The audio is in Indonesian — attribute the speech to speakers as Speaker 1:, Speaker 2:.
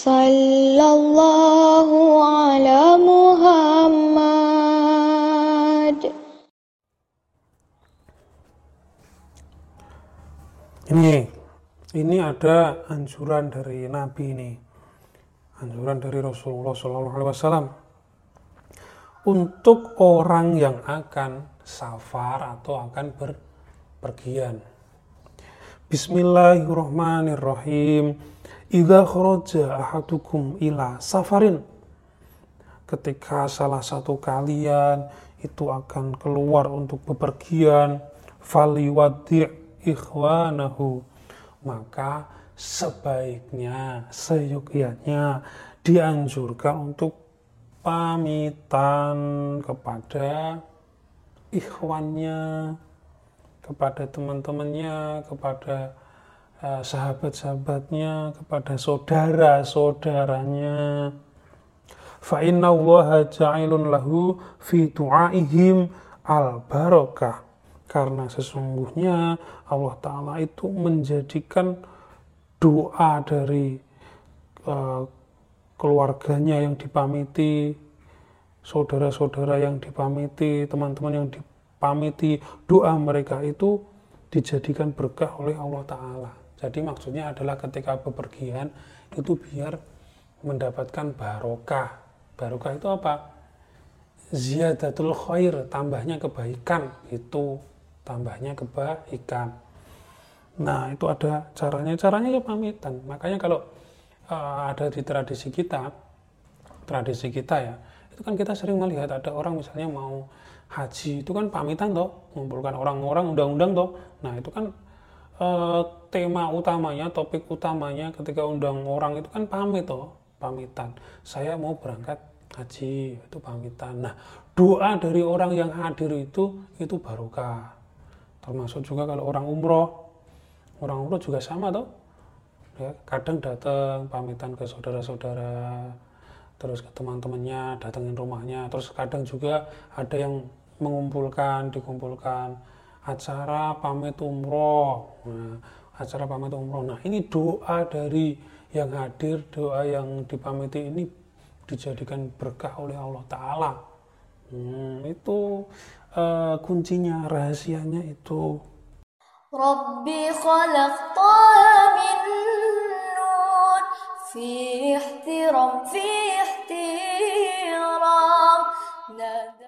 Speaker 1: Sallallahu ala Muhammad.
Speaker 2: Ini ada anjuran dari Nabi ini, anjuran dari Rasulullah SAW untuk orang yang akan safar atau akan berpergian. Bismillahirrahmanirrahim. Idza kharaja ahadukum ila safarin. Ketika salah satu kalian itu akan keluar untuk bepergian, faliwaddi' ikhwanahu, maka sebaiknya, seyogyanya dianjurkan untuk pamitan kepada ikhwannya, kepada teman-temannya, kepada sahabat-sahabatnya, kepada saudara-saudaranya. Fa inna Allaha ja'ilun lahu fi du'aihim al-barakah, karena sesungguhnya Allah Ta'ala itu menjadikan doa dari keluarganya yang dipamiti, saudara-saudara yang dipamiti, teman-teman yang dipamiti, doa mereka itu dijadikan berkah oleh Allah Ta'ala. Jadi maksudnya adalah ketika bepergian itu biar mendapatkan barokah. Barokah itu apa? Ziyadatul khair, tambahnya kebaikan, itu tambahnya kebaikan. Nah, itu ada caranya ya pamitan. Makanya kalau ada di tradisi kita ya, itu kan kita sering melihat ada orang misalnya mau haji, itu kan pamitan toh, mengumpulkan orang-orang, undang-undang toh. Nah, itu kan tema utamanya, topik utamanya ketika undang orang itu kan pamit toh, pamitan. Saya mau berangkat haji, itu pamitan. Nah, doa dari orang yang hadir itu barokah. Termasuk juga kalau orang umroh juga sama toh. Ya, kadang datang pamitan ke saudara-saudara, terus ke teman-temannya, datangin rumahnya, terus kadang juga ada yang dikumpulkan acara pamit umroh. Nah, acara pamit umroh. Nah, ini doa dari yang hadir, doa yang dipamiti ini dijadikan berkah oleh Allah Ta'ala. Itu kuncinya, rahasianya itu.
Speaker 1: Rabbi khalaqtaha min nur, fi ihtiram,